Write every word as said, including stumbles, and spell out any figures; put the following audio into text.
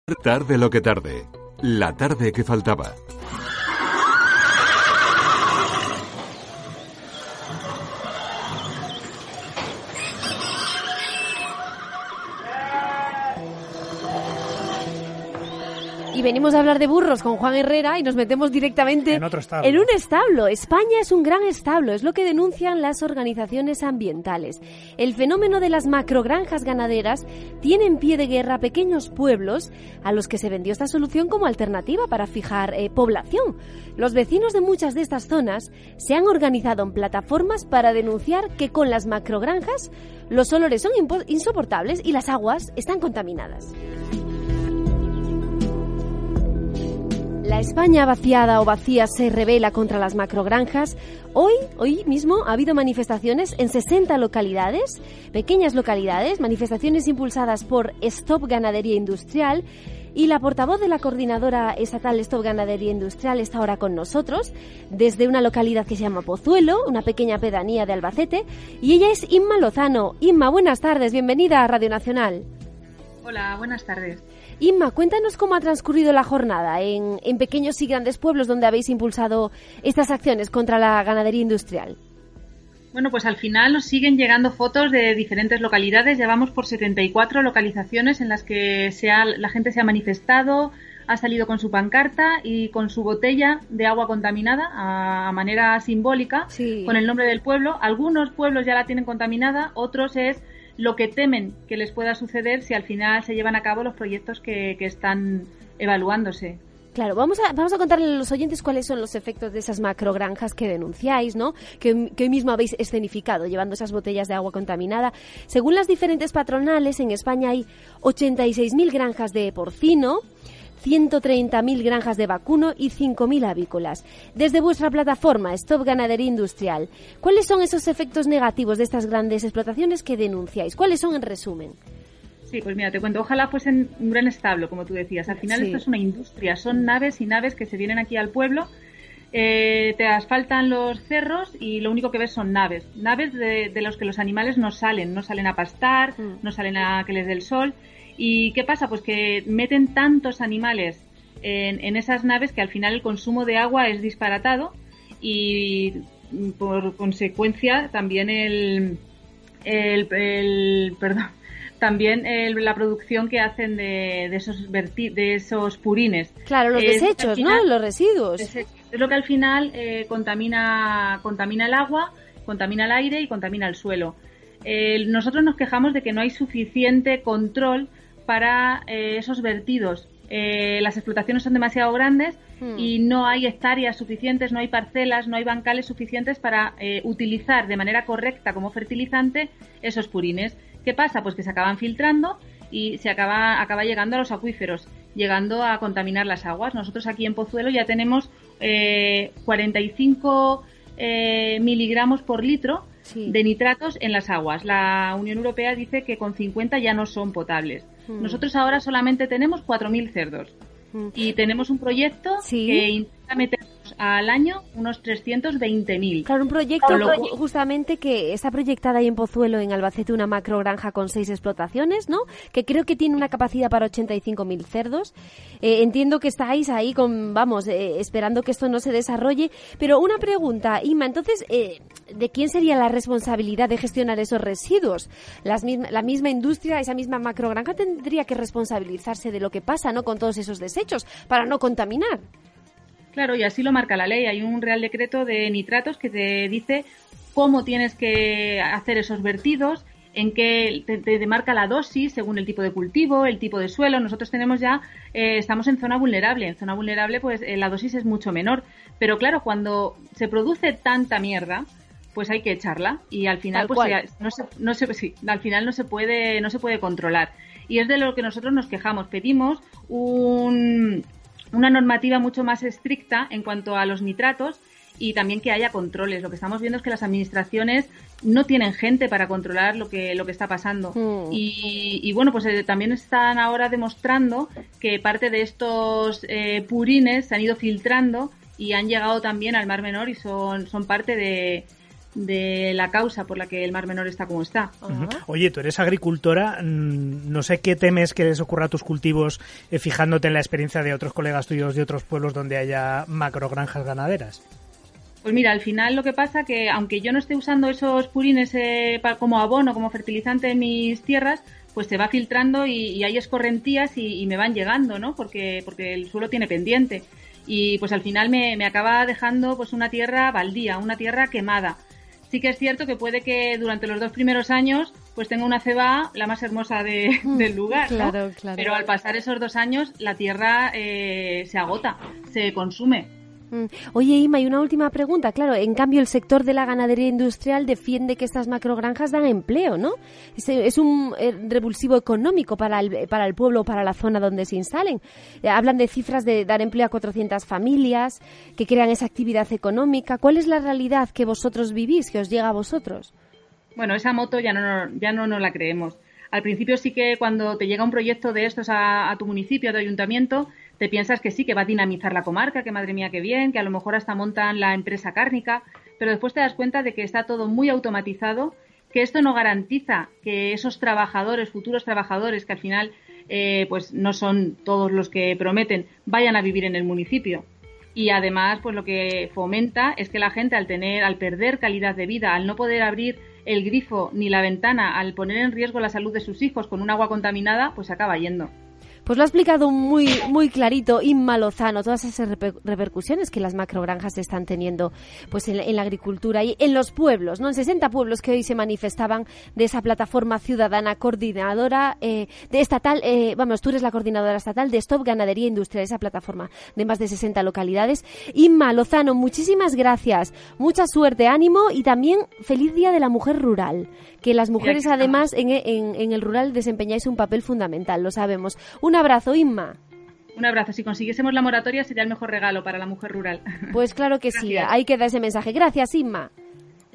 Tarde lo que tarde. La tarde que faltaba. Y venimos a hablar de burros con Juan Herrera y nos metemos directamente en otro establo. En un establo. España es un gran establo, es lo que denuncian las organizaciones ambientales. El fenómeno de las macrogranjas ganaderas tiene en pie de guerra pequeños pueblos a los que se vendió esta solución como alternativa para fijar eh, población. Los vecinos de muchas de estas zonas se han organizado en plataformas para denunciar que con las macrogranjas los olores son impo- insoportables y las aguas están contaminadas. La España vaciada o vacía se rebela contra las macrogranjas. Hoy, hoy mismo ha habido manifestaciones en sesenta localidades, pequeñas localidades, manifestaciones impulsadas por Stop Ganadería Industrial, y la portavoz de la coordinadora estatal Stop Ganadería Industrial está ahora con nosotros desde una localidad que se llama Pozuelo, una pequeña pedanía de Albacete, y ella es Inma Lozano. Inma, buenas tardes, bienvenida a Radio Nacional. Hola, buenas tardes. Inma, cuéntanos cómo ha transcurrido la jornada en, en pequeños y grandes pueblos donde habéis impulsado estas acciones contra la ganadería industrial. Bueno, pues al final nos siguen llegando fotos de diferentes localidades. Llevamos por setenta y cuatro localizaciones en las que se ha, la gente se ha manifestado, ha salido con su pancarta y con su botella de agua contaminada a, a manera simbólica, sí, con el nombre del pueblo. Algunos pueblos ya la tienen contaminada, otros es lo que temen que les pueda suceder si al final se llevan a cabo los proyectos que, que están evaluándose. Claro, vamos a, vamos a contarle a los oyentes cuáles son los efectos de esas macrogranjas que denunciáis, ¿no? Que, que hoy mismo habéis escenificado, llevando esas botellas de agua contaminada. Según las diferentes patronales, en España hay ochenta y seis mil granjas de porcino, ciento treinta mil granjas de vacuno y cinco mil avícolas. Desde vuestra plataforma Stop Ganadería Industrial, ¿cuáles son esos efectos negativos de estas grandes explotaciones que denunciáis? ¿Cuáles son en resumen? Sí, pues mira, te cuento, ojalá fuesen un gran establo, como tú decías. Al final sí, esto es una industria, son naves y naves que se vienen aquí al pueblo, eh, te asfaltan los cerros y lo único que ves son naves. Naves de, de los que los animales no salen, no salen a pastar, mm. no salen a que les dé el sol. ¿Y qué pasa? Pues que meten tantos animales en, en esas naves que al final el consumo de agua es disparatado y por consecuencia también el, el, el perdón, también el, la producción que hacen de, de esos verti, de esos purines. Claro, los es desechos, final, ¿no? Los residuos. Es, es lo que al final eh, contamina, contamina el agua, contamina el aire y contamina el suelo. Eh, nosotros nos quejamos de que no hay suficiente control para eh, esos vertidos. Eh, las explotaciones son demasiado grandes hmm. y no hay hectáreas suficientes, no hay parcelas, no hay bancales suficientes para eh, utilizar de manera correcta como fertilizante esos purines. ¿Qué pasa? Pues que se acaban filtrando y se acaba, acaba llegando a los acuíferos, llegando a contaminar las aguas. Nosotros aquí en Pozuelo ya tenemos eh, cuarenta y cinco eh, miligramos por litro sí. de nitratos en las aguas. La Unión Europea dice que con cincuenta ya no son potables. Mm. Nosotros ahora solamente tenemos cuatro mil cerdos mm. y tenemos un proyecto ¿Sí? que intenta meternos al año unos trescientos veinte mil. Claro, un proyecto claro, lo... justamente que está proyectada ahí en Pozuelo, en Albacete, una macrogranja con seis explotaciones, ¿no? Que creo que tiene una capacidad para ochenta y cinco mil cerdos. Eh, entiendo que estáis ahí con, vamos, eh, esperando que esto no se desarrolle. Pero una pregunta, Inma, entonces, eh, ¿de quién sería la responsabilidad de gestionar esos residuos? Las misma, la misma industria, esa misma macrogranja tendría que responsabilizarse de lo que pasa, ¿no? Con todos esos desechos, para no contaminar. Claro, y así lo marca la ley. Hay un Real Decreto de nitratos que te dice cómo tienes que hacer esos vertidos, en qué te, te marca la dosis según el tipo de cultivo, el tipo de suelo. Nosotros tenemos ya, eh, estamos en zona vulnerable. En zona vulnerable, pues eh, la dosis es mucho menor. Pero claro, cuando se produce tanta mierda, pues hay que echarla y al final, pues ya, no se, no se, sí, al final no se puede, no se puede controlar. Y es de lo que nosotros nos quejamos. Pedimos un una normativa mucho más estricta en cuanto a los nitratos y también que haya controles. Lo que estamos viendo es que las administraciones no tienen gente para controlar lo que lo que está pasando. Mm. Y, y bueno, pues eh, también están ahora demostrando que parte de estos eh, purines se han ido filtrando y han llegado también al Mar Menor y son, son parte de, de la causa por la que el Mar Menor está como está. Uh-huh. Oye, tú eres agricultora, no sé qué temes que les ocurra a tus cultivos eh, fijándote en la experiencia de otros colegas tuyos de otros pueblos donde haya macrogranjas ganaderas. Pues mira, al final lo que pasa que aunque yo no esté usando esos purines eh, pa, como abono, como fertilizante en mis tierras, pues se va filtrando y, y hay escorrentías y, y me van llegando, ¿no? Porque, porque el suelo tiene pendiente. Y pues al final me, me acaba dejando pues una tierra baldía, una tierra quemada. Sí que es cierto que puede que durante los dos primeros años pues tenga una ceba la más hermosa de, del lugar, ¿no? Claro, claro. Pero al pasar esos dos años la tierra eh, se agota, se consume. Oye, Inma, y una última pregunta. Claro, en cambio el sector de la ganadería industrial defiende que estas macrogranjas dan empleo, ¿no? Es, es un eh, revulsivo económico para el, para el pueblo, para la zona donde se instalen. Eh, hablan de cifras de dar empleo a cuatrocientas familias, que crean esa actividad económica. ¿Cuál es la realidad que vosotros vivís, que os llega a vosotros? Bueno, esa moto ya no, ya no nos la creemos. Al principio sí que cuando te llega un proyecto de estos a, a tu municipio, a tu ayuntamiento, te piensas que sí, que va a dinamizar la comarca, que madre mía, qué bien, que a lo mejor hasta montan la empresa cárnica, pero después te das cuenta de que está todo muy automatizado, que esto no garantiza que esos trabajadores, futuros trabajadores, que al final eh, pues no son todos los que prometen, vayan a vivir en el municipio. Y además, pues lo que fomenta es que la gente al tener, al perder calidad de vida, al no poder abrir el grifo ni la ventana, al poner en riesgo la salud de sus hijos con un agua contaminada, pues se acaba yendo. Pues lo ha explicado muy muy clarito Inma Lozano, todas esas reper- repercusiones que las macrogranjas están teniendo pues en, en la agricultura y en los pueblos, ¿no? En sesenta pueblos que hoy se manifestaban de esa plataforma ciudadana coordinadora eh, de estatal, eh, vamos, tú eres la coordinadora estatal de Stop Ganadería Industrial, esa plataforma de más de sesenta localidades. Inma Lozano, muchísimas gracias, mucha suerte, ánimo y también feliz Día de la Mujer Rural, que las mujeres además en, en, en el rural desempeñáis un papel fundamental, lo sabemos. Un abrazo, Inma. Un abrazo. Si consiguiésemos la moratoria sería el mejor regalo para la mujer rural. Pues claro que Gracias. Sí, ahí queda ese mensaje. Gracias, Inma.